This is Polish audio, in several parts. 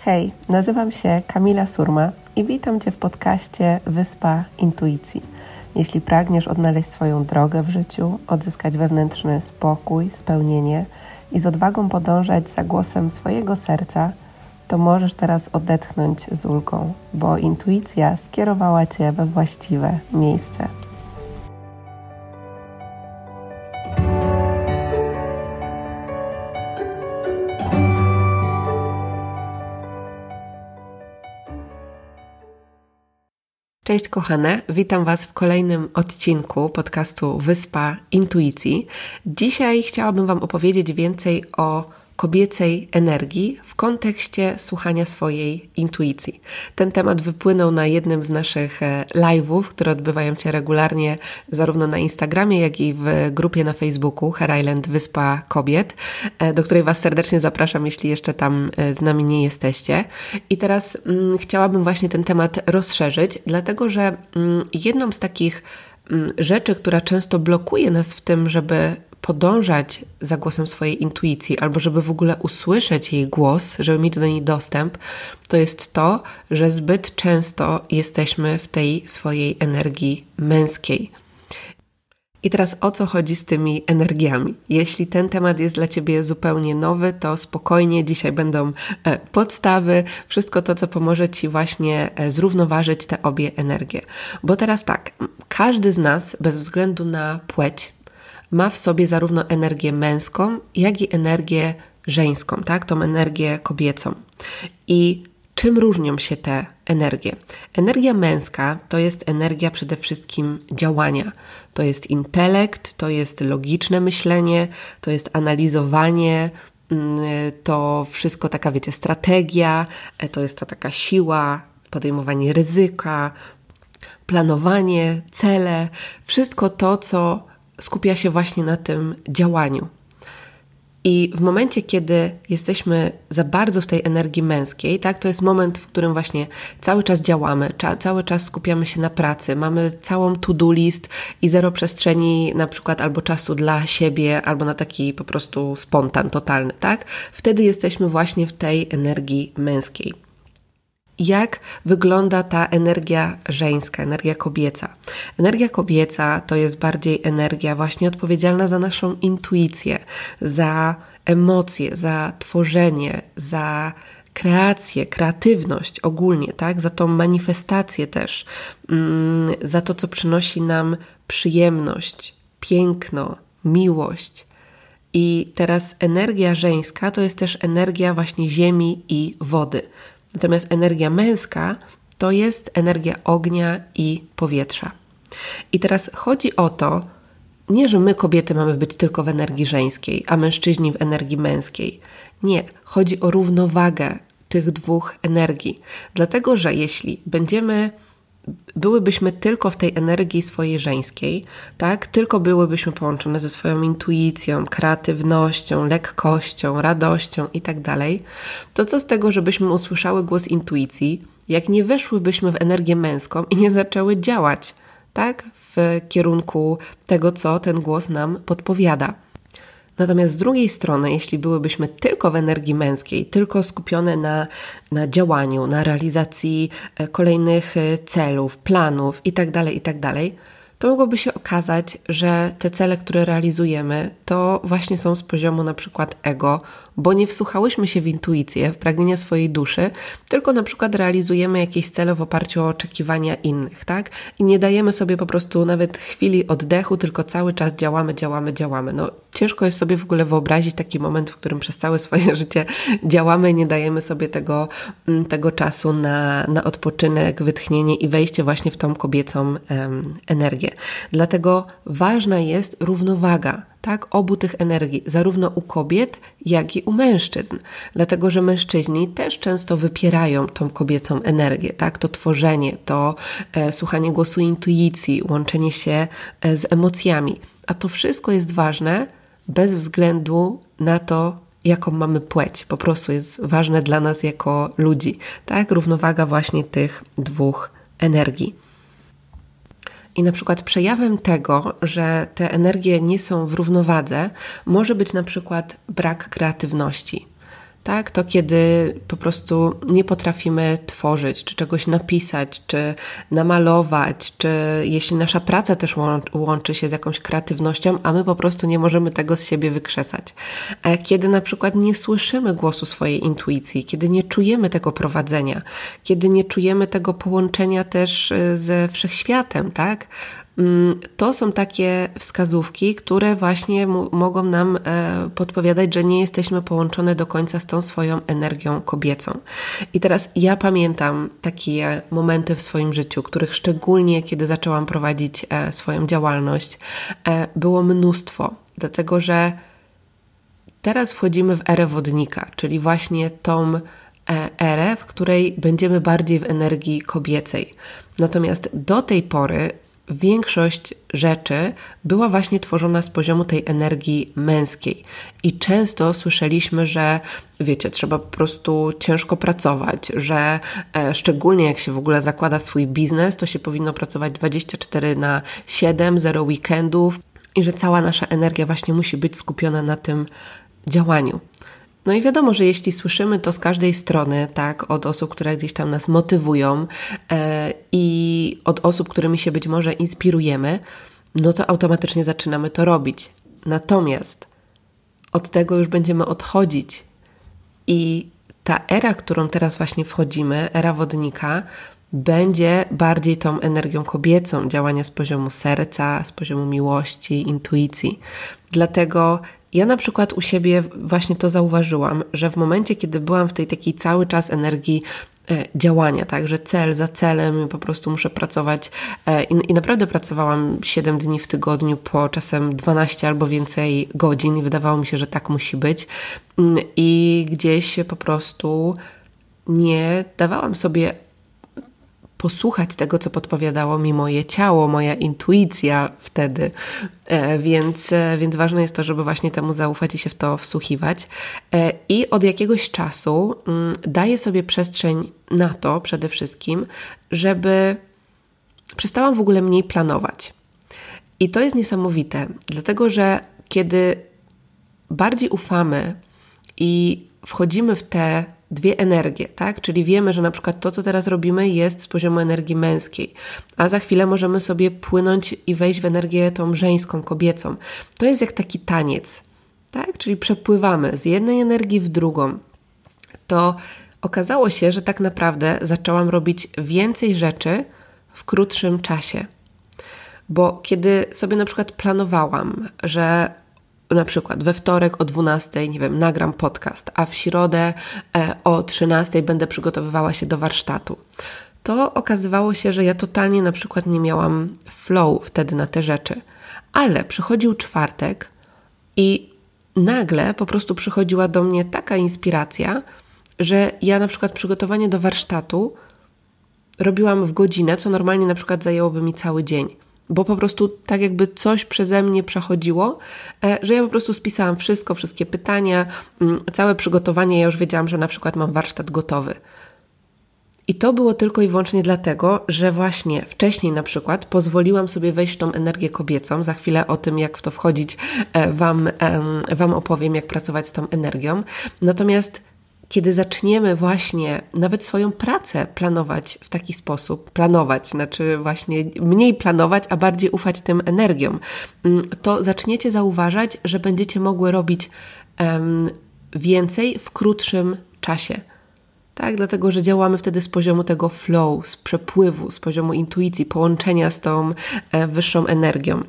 Hej, nazywam się Kamila Surma i witam Cię w podcaście Wyspa Intuicji. Jeśli pragniesz odnaleźć swoją drogę w życiu, odzyskać wewnętrzny spokój, spełnienie i z odwagą podążać za głosem swojego serca, to możesz teraz odetchnąć z ulgą, bo intuicja skierowała Cię we właściwe miejsce. Cześć kochane, witam Was w kolejnym odcinku podcastu Wyspa Intuicji. Dzisiaj chciałabym Wam opowiedzieć więcej o kobiecej energii w kontekście słuchania swojej intuicji. Ten temat wypłynął na jednym z naszych live'ów, które odbywają się regularnie zarówno na Instagramie, jak i w grupie na Facebooku Her Island Wyspa Kobiet, do której Was serdecznie zapraszam, jeśli jeszcze tam z nami nie jesteście. I teraz chciałabym właśnie ten temat rozszerzyć, dlatego że jedną z takich rzeczy, która często blokuje nas w tym, żeby podążać za głosem swojej intuicji albo żeby w ogóle usłyszeć jej głos, żeby mieć do niej dostęp, to jest to, że zbyt często jesteśmy w tej swojej energii męskiej. I teraz o co chodzi z tymi energiami? Jeśli ten temat jest dla Ciebie zupełnie nowy, to spokojnie, dzisiaj będą podstawy, wszystko to, co pomoże Ci właśnie zrównoważyć te obie energie. Bo teraz tak, każdy z nas, bez względu na płeć, ma w sobie zarówno energię męską, jak i energię żeńską, tak? Tą energię kobiecą. I czym różnią się te energie? Energia męska to jest energia przede wszystkim działania. To jest intelekt, to jest logiczne myślenie, to jest analizowanie, to wszystko taka, wiecie, strategia, to jest ta taka siła, podejmowanie ryzyka, planowanie, cele, wszystko to, co skupia się właśnie na tym działaniu. I w momencie, kiedy jesteśmy za bardzo w tej energii męskiej, tak, to jest moment, w którym właśnie cały czas działamy, cały czas skupiamy się na pracy, mamy całą to-do list i zero przestrzeni na przykład albo czasu dla siebie, albo na taki po prostu spontan totalny, tak? Wtedy jesteśmy właśnie w tej energii męskiej. Jak wygląda ta energia żeńska, energia kobieca? Energia kobieca to jest bardziej energia właśnie odpowiedzialna za naszą intuicję, za emocje, za tworzenie, za kreację, kreatywność ogólnie, tak? Za tą manifestację też, za to, co przynosi nam przyjemność, piękno, miłość. I teraz energia żeńska to jest też energia właśnie ziemi i wody. Natomiast energia męska to jest energia ognia i powietrza. I teraz chodzi o to, nie, że my kobiety mamy być tylko w energii żeńskiej, a mężczyźni w energii męskiej. Nie, chodzi o równowagę tych dwóch energii. Dlatego, że jeśli byłybyśmy tylko w tej energii swojej żeńskiej, tak? Tylko byłybyśmy połączone ze swoją intuicją, kreatywnością, lekkością, radością i tak dalej, to co z tego, żebyśmy usłyszały głos intuicji, jak nie weszłybyśmy w energię męską i nie zaczęły działać, tak? W kierunku tego, co ten głos nam podpowiada. Natomiast z drugiej strony, jeśli byłybyśmy tylko w energii męskiej, tylko skupione na działaniu, na realizacji kolejnych celów, planów itd., to mogłoby się okazać, że te cele, które realizujemy, to właśnie są z poziomu na przykład ego, bo nie wsłuchałyśmy się w intuicję, w pragnienia swojej duszy, tylko na przykład realizujemy jakieś cele w oparciu o oczekiwania innych, tak? I nie dajemy sobie po prostu nawet chwili oddechu, tylko cały czas działamy. No ciężko jest sobie w ogóle wyobrazić taki moment, w którym przez całe swoje życie działamy i nie dajemy sobie tego czasu na odpoczynek, wytchnienie i wejście właśnie w tą kobiecą energię. Dlatego ważna jest równowaga, tak, obu tych energii, zarówno u kobiet, jak i u mężczyzn. Dlatego, że mężczyźni też często wypierają tą kobiecą energię, tak, to tworzenie, to słuchanie głosu intuicji, łączenie się z emocjami. A to wszystko jest ważne bez względu na to, jaką mamy płeć. Po prostu jest ważne dla nas jako ludzi, tak, równowaga właśnie tych dwóch energii. I na przykład przejawem tego, że te energie nie są w równowadze, może być na przykład brak kreatywności. Tak? To kiedy po prostu nie potrafimy tworzyć, czy czegoś napisać, czy namalować, czy jeśli nasza praca też łączy się z jakąś kreatywnością, a my po prostu nie możemy tego z siebie wykrzesać. Kiedy na przykład nie słyszymy głosu swojej intuicji, kiedy nie czujemy tego prowadzenia, kiedy nie czujemy tego połączenia też ze wszechświatem, tak? To są takie wskazówki, które właśnie mogą nam podpowiadać, że nie jesteśmy połączone do końca z tą swoją energią kobiecą. I teraz ja pamiętam takie momenty w swoim życiu, których szczególnie kiedy zaczęłam prowadzić swoją działalność, było mnóstwo, dlatego że teraz wchodzimy w erę wodnika, czyli właśnie tą erę, w której będziemy bardziej w energii kobiecej. Natomiast do tej pory większość rzeczy była właśnie tworzona z poziomu tej energii męskiej. I często słyszeliśmy, że wiecie, trzeba po prostu ciężko pracować, że szczególnie jak się w ogóle zakłada swój biznes, to się powinno pracować 24/7, 0 weekendów i że cała nasza energia właśnie musi być skupiona na tym działaniu. No i wiadomo, że jeśli słyszymy to z każdej strony, tak, od osób, które gdzieś tam nas motywują i od osób, którymi się być może inspirujemy, no to automatycznie zaczynamy to robić. Natomiast od tego już będziemy odchodzić i ta era, którą teraz właśnie wchodzimy, era wodnika, będzie bardziej tą energią kobiecą, działania z poziomu serca, z poziomu miłości, intuicji. Dlatego ja na przykład u siebie właśnie to zauważyłam, że w momencie, kiedy byłam w tej takiej cały czas energii działania, tak, że cel za celem, po prostu muszę pracować i naprawdę pracowałam 7 dni w tygodniu po czasem 12 albo więcej godzin i wydawało mi się, że tak musi być i gdzieś po prostu nie dawałam sobie posłuchać tego, co podpowiadało mi moje ciało, moja intuicja wtedy. Więc ważne jest to, żeby właśnie temu zaufać i się w to wsłuchiwać. I od jakiegoś czasu daję sobie przestrzeń na to przede wszystkim, żeby przestałam w ogóle mniej planować. I to jest niesamowite, dlatego że kiedy bardziej ufamy i wchodzimy w te dwie energie, tak? Czyli wiemy, że na przykład to, co teraz robimy, jest z poziomu energii męskiej, a za chwilę możemy sobie płynąć i wejść w energię tą żeńską, kobiecą. To jest jak taki taniec, tak? Czyli przepływamy z jednej energii w drugą. To okazało się, że tak naprawdę zaczęłam robić więcej rzeczy w krótszym czasie. Bo kiedy sobie na przykład planowałam, że na przykład we wtorek o 12:00, nie wiem, nagram podcast, a w środę o 13:00 będę przygotowywała się do warsztatu, to okazywało się, że ja totalnie na przykład nie miałam flow wtedy na te rzeczy. Ale przychodził czwartek i nagle po prostu przychodziła do mnie taka inspiracja, że ja na przykład przygotowanie do warsztatu robiłam w godzinę, co normalnie na przykład zajęłoby mi cały dzień. Bo po prostu tak jakby coś przeze mnie przechodziło, że ja po prostu spisałam wszystkie pytania, całe przygotowanie, ja już wiedziałam, że na przykład mam warsztat gotowy. I to było tylko i wyłącznie dlatego, że właśnie wcześniej na przykład pozwoliłam sobie wejść w tą energię kobiecą. Za chwilę o tym, jak w to wchodzić, Wam opowiem, jak pracować z tą energią. Natomiast kiedy zaczniemy właśnie nawet swoją pracę planować w taki sposób, znaczy właśnie mniej planować, a bardziej ufać tym energiom, to zaczniecie zauważać, że będziecie mogły robić więcej w krótszym czasie. Tak, dlatego, że działamy wtedy z poziomu tego flow, z przepływu, z poziomu intuicji, połączenia z tą wyższą energią.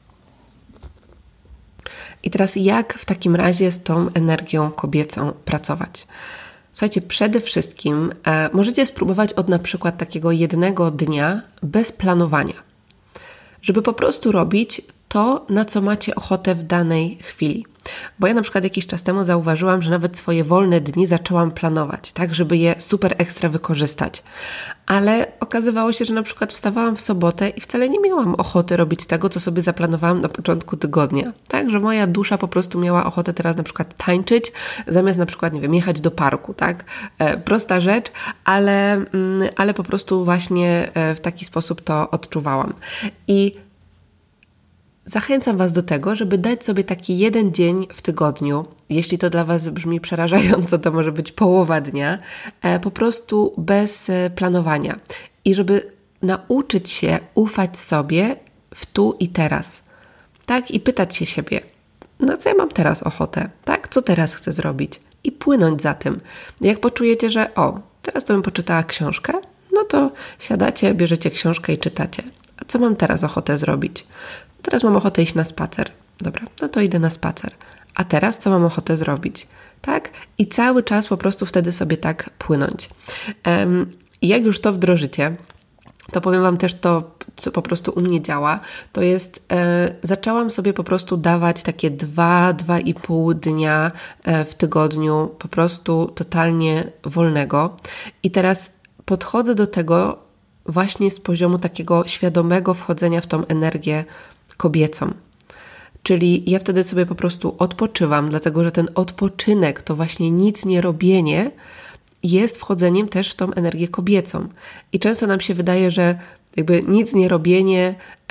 I teraz jak w takim razie z tą energią kobiecą pracować? Słuchajcie, przede wszystkim możecie spróbować od na przykład takiego jednego dnia bez planowania, żeby po prostu robić to, na co macie ochotę w danej chwili. Bo ja na przykład jakiś czas temu zauważyłam, że nawet swoje wolne dni zaczęłam planować, tak, żeby je super ekstra wykorzystać. Ale okazywało się, że na przykład wstawałam w sobotę i wcale nie miałam ochoty robić tego, co sobie zaplanowałam na początku tygodnia. Tak, że moja dusza po prostu miała ochotę teraz na przykład tańczyć, zamiast na przykład, nie wiem, jechać do parku, tak? Prosta rzecz, ale po prostu właśnie w taki sposób to odczuwałam. I zachęcam Was do tego, żeby dać sobie taki jeden dzień w tygodniu, jeśli to dla Was brzmi przerażająco, to może być połowa dnia, po prostu bez planowania. I żeby nauczyć się ufać sobie w tu i teraz. Tak? I pytać się siebie, na co ja mam teraz ochotę? Tak? Co teraz chcę zrobić? I płynąć za tym. Jak poczujecie, że teraz to bym poczytała książkę, no to siadacie, bierzecie książkę i czytacie. A co mam teraz ochotę zrobić? Teraz mam ochotę iść na spacer. Dobra, no to idę na spacer. A teraz co mam ochotę zrobić? Tak? I cały czas po prostu wtedy sobie tak płynąć. Jak już to wdrożycie, to powiem Wam też to, co po prostu u mnie działa, to jest, zaczęłam sobie po prostu dawać takie 2,5 dnia w tygodniu po prostu totalnie wolnego. I teraz podchodzę do tego właśnie z poziomu takiego świadomego wchodzenia w tą energię kobiecą. Czyli ja wtedy sobie po prostu odpoczywam, dlatego że ten odpoczynek, to właśnie nic nie robienie, jest wchodzeniem też w tą energię kobiecą. I często nam się wydaje, że jakby nic nie robienie,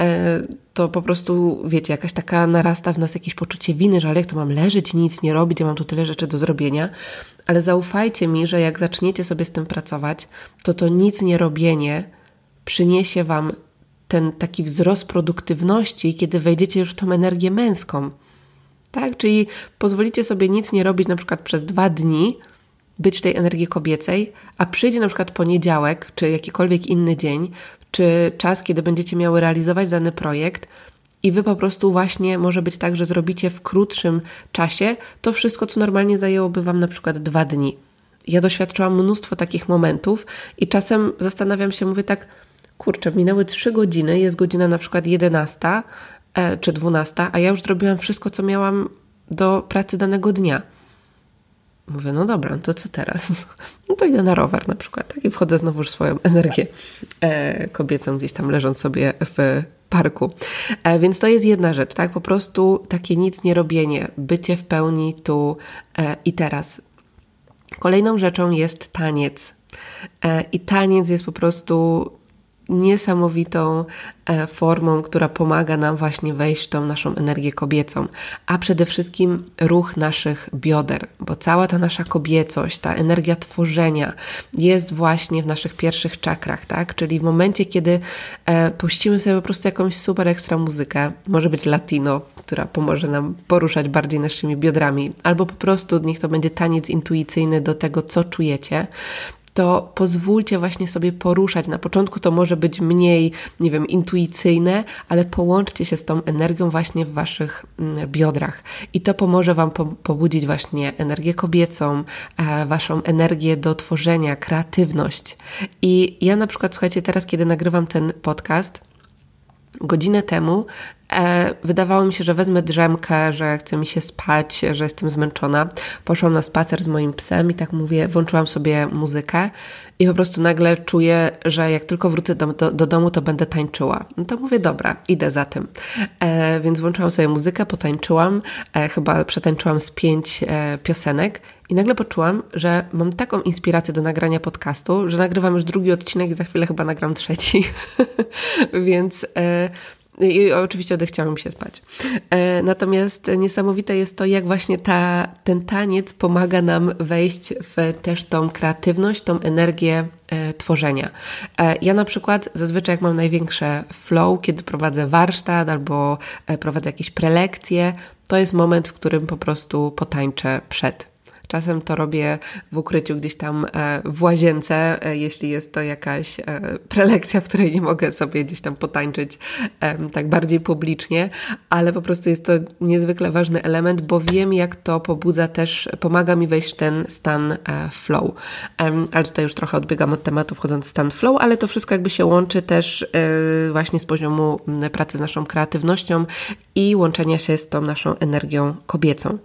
to po prostu, wiecie, jakaś taka narasta w nas jakieś poczucie winy, że ale jak to mam leżeć, nic nie robić, ja mam tu tyle rzeczy do zrobienia. Ale zaufajcie mi, że jak zaczniecie sobie z tym pracować, to nic nie robienie przyniesie Wam ten taki wzrost produktywności, kiedy wejdziecie już w tą energię męską. Tak? Czyli pozwolicie sobie nic nie robić na przykład przez 2 dni, być w tej energii kobiecej, a przyjdzie na przykład poniedziałek, czy jakikolwiek inny dzień, czy czas, kiedy będziecie miały realizować dany projekt i Wy po prostu właśnie może być tak, że zrobicie w krótszym czasie to wszystko, co normalnie zajęłoby Wam na przykład 2 dni. Ja doświadczyłam mnóstwo takich momentów i czasem zastanawiam się, mówię tak, kurczę, minęły 3 godziny, jest godzina na przykład 11 czy 12, a ja już zrobiłam wszystko, co miałam do pracy danego dnia. Mówię, no dobra, to co teraz? No to idę na rower na przykład, tak? I wchodzę znowu w swoją energię kobiecą, gdzieś tam leżąc sobie w parku. Więc to jest jedna rzecz, tak? Po prostu takie nic nie robienie, bycie w pełni tu i teraz. Kolejną rzeczą jest taniec. I taniec jest po prostu niesamowitą formą, która pomaga nam właśnie wejść w tą naszą energię kobiecą, a przede wszystkim ruch naszych bioder, bo cała ta nasza kobiecość, ta energia tworzenia jest właśnie w naszych pierwszych czakrach, tak? Czyli w momencie, kiedy puścimy sobie po prostu jakąś super ekstra muzykę, może być latino, która pomoże nam poruszać bardziej naszymi biodrami, albo po prostu niech to będzie taniec intuicyjny do tego, co czujecie, to pozwólcie właśnie sobie poruszać. Na początku to może być mniej, nie wiem, intuicyjne, ale połączcie się z tą energią właśnie w Waszych biodrach. I to pomoże Wam pobudzić właśnie energię kobiecą, Waszą energię do tworzenia, kreatywność. I ja na przykład, słuchajcie, teraz kiedy nagrywam ten podcast, godzinę temu wydawało mi się, że wezmę drzemkę, że chce mi się spać, że jestem zmęczona. Poszłam na spacer z moim psem i tak mówię, włączyłam sobie muzykę i po prostu nagle czuję, że jak tylko wrócę do domu, to będę tańczyła. No to mówię, dobra, idę za tym. Więc włączyłam sobie muzykę, potańczyłam, chyba przetańczyłam z 5 piosenek i nagle poczułam, że mam taką inspirację do nagrania podcastu, że nagrywam już 2 odcinek i za chwilę chyba nagram 3. Więc i oczywiście odechciało mi się spać. Natomiast niesamowite jest to, jak właśnie ten taniec pomaga nam wejść w też tą kreatywność, tą energię tworzenia. Ja na przykład zazwyczaj jak mam największe flow, kiedy prowadzę warsztat albo prowadzę jakieś prelekcje, to jest moment, w którym po prostu potańczę przed. Czasem to robię w ukryciu gdzieś tam w łazience, jeśli jest to jakaś prelekcja, w której nie mogę sobie gdzieś tam potańczyć tak bardziej publicznie, ale po prostu jest to niezwykle ważny element, bo wiem, jak to pobudza też, pomaga mi wejść w ten stan flow. Ale tutaj już trochę odbiegam od tematu, wchodząc w stan flow, ale to wszystko jakby się łączy też właśnie z poziomu pracy z naszą kreatywnością i łączenia się z tą naszą energią kobiecą.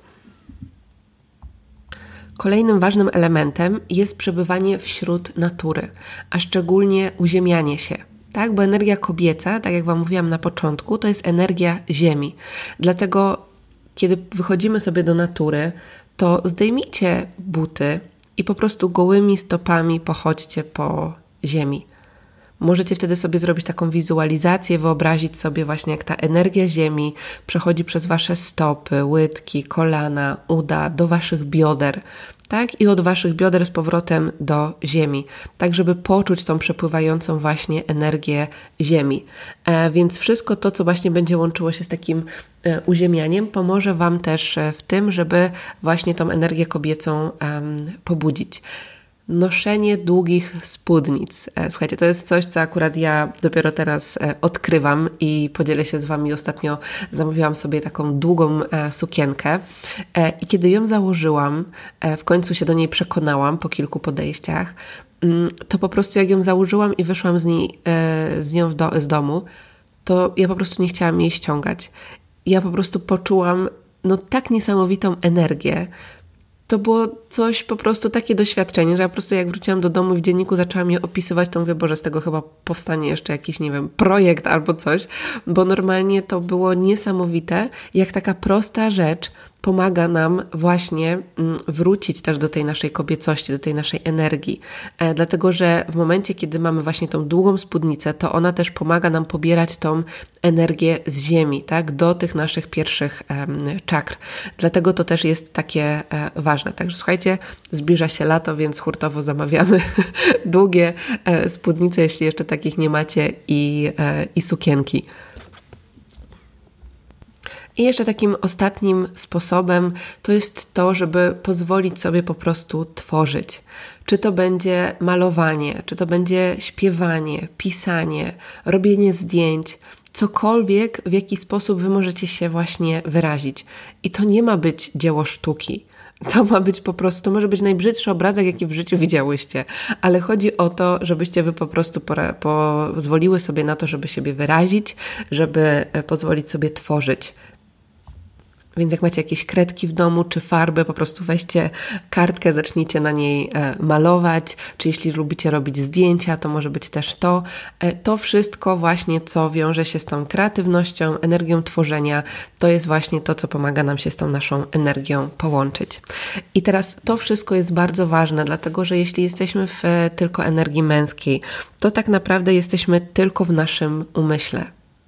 Kolejnym ważnym elementem jest przebywanie wśród natury, a szczególnie uziemianie się. Tak? Bo energia kobieca, tak jak Wam mówiłam na początku, to jest energia ziemi. Dlatego, kiedy wychodzimy sobie do natury, to zdejmijcie buty i po prostu gołymi stopami pochodźcie po ziemi. Możecie wtedy sobie zrobić taką wizualizację, wyobrazić sobie właśnie, jak ta energia Ziemi przechodzi przez Wasze stopy, łydki, kolana, uda, do Waszych bioder, tak? I od Waszych bioder z powrotem do Ziemi, tak żeby poczuć tą przepływającą właśnie energię Ziemi. Więc wszystko to, co właśnie będzie łączyło się z takim uziemianiem, pomoże Wam też w tym, żeby właśnie tą energię kobiecą pobudzić. Noszenie długich spódnic. Słuchajcie, to jest coś, co akurat ja dopiero teraz odkrywam i podzielę się z Wami. Ostatnio zamówiłam sobie taką długą sukienkę i kiedy ją założyłam, w końcu się do niej przekonałam po kilku podejściach, to po prostu jak ją założyłam i wyszłam z nią z domu, to ja po prostu nie chciałam jej ściągać. Ja po prostu poczułam tak niesamowitą energię. To było coś, po prostu takie doświadczenie, że ja po prostu jak wróciłam do domu i w dzienniku zaczęłam je opisywać, to mówię, Boże, z tego chyba powstanie jeszcze jakiś, nie wiem, projekt albo coś, bo normalnie to było niesamowite, jak taka prosta rzecz pomaga nam właśnie wrócić też do tej naszej kobiecości, do tej naszej energii. Dlatego, że w momencie, kiedy mamy właśnie tą długą spódnicę, to ona też pomaga nam pobierać tą energię z ziemi, tak, do tych naszych pierwszych czakr. Dlatego to też jest takie ważne. Także słuchajcie, zbliża się lato, więc hurtowo zamawiamy długie spódnice, jeśli jeszcze takich nie macie, i sukienki. I jeszcze takim ostatnim sposobem to jest to, żeby pozwolić sobie po prostu tworzyć. Czy to będzie malowanie, czy to będzie śpiewanie, pisanie, robienie zdjęć, cokolwiek, w jaki sposób Wy możecie się właśnie wyrazić. I to nie ma być dzieło sztuki. To ma być po prostu, to może być najbrzydszy obrazek, jaki w życiu widziałyście, ale chodzi o to, żebyście Wy po prostu pozwoliły sobie na to, żeby siebie wyrazić, żeby pozwolić sobie tworzyć. Więc jak macie jakieś kredki w domu, czy farby, po prostu weźcie kartkę, zacznijcie na niej malować, czy jeśli lubicie robić zdjęcia, to może być też to. To wszystko właśnie, co wiąże się z tą kreatywnością, energią tworzenia, to jest właśnie to, co pomaga nam się z tą naszą energią połączyć. I teraz to wszystko jest bardzo ważne, dlatego że jeśli jesteśmy w tylko energii męskiej, to tak naprawdę jesteśmy tylko w naszym umyśle,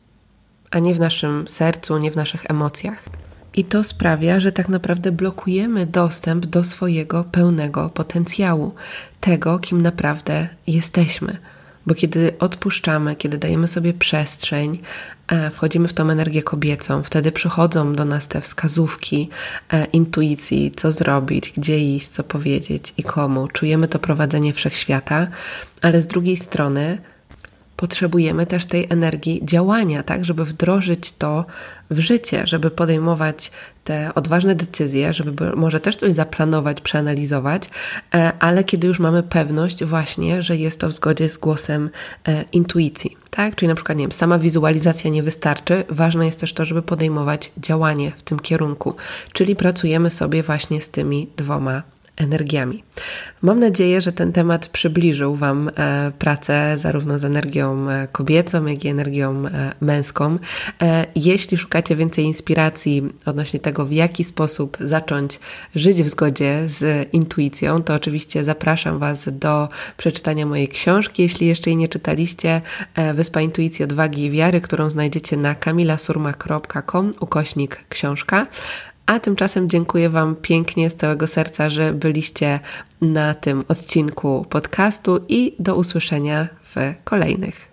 a nie w naszym sercu, nie w naszych emocjach. I to sprawia, że tak naprawdę blokujemy dostęp do swojego pełnego potencjału, tego, kim naprawdę jesteśmy. Bo kiedy odpuszczamy, kiedy dajemy sobie przestrzeń, wchodzimy w tą energię kobiecą, wtedy przychodzą do nas te wskazówki, intuicji, co zrobić, gdzie iść, co powiedzieć i komu. Czujemy to prowadzenie wszechświata, ale z drugiej strony potrzebujemy też tej energii działania, tak, żeby wdrożyć to w życie, żeby podejmować te odważne decyzje, żeby może też coś zaplanować, przeanalizować, ale kiedy już mamy pewność właśnie, że jest to w zgodzie z głosem intuicji, tak? Czyli na przykład, nie wiem, sama wizualizacja nie wystarczy, ważne jest też to, żeby podejmować działanie w tym kierunku, czyli pracujemy sobie właśnie z tymi dwoma energiami. Mam nadzieję, że ten temat przybliżył Wam pracę zarówno z energią kobiecą, jak i energią męską. Jeśli szukacie więcej inspiracji odnośnie tego, w jaki sposób zacząć żyć w zgodzie z intuicją, to oczywiście zapraszam Was do przeczytania mojej książki, jeśli jeszcze jej nie czytaliście, Wyspa Intuicji, Odwagi i Wiary, którą znajdziecie na kamilasurma.com/książka. A tymczasem dziękuję Wam pięknie z całego serca, że byliście na tym odcinku podcastu i do usłyszenia w kolejnych.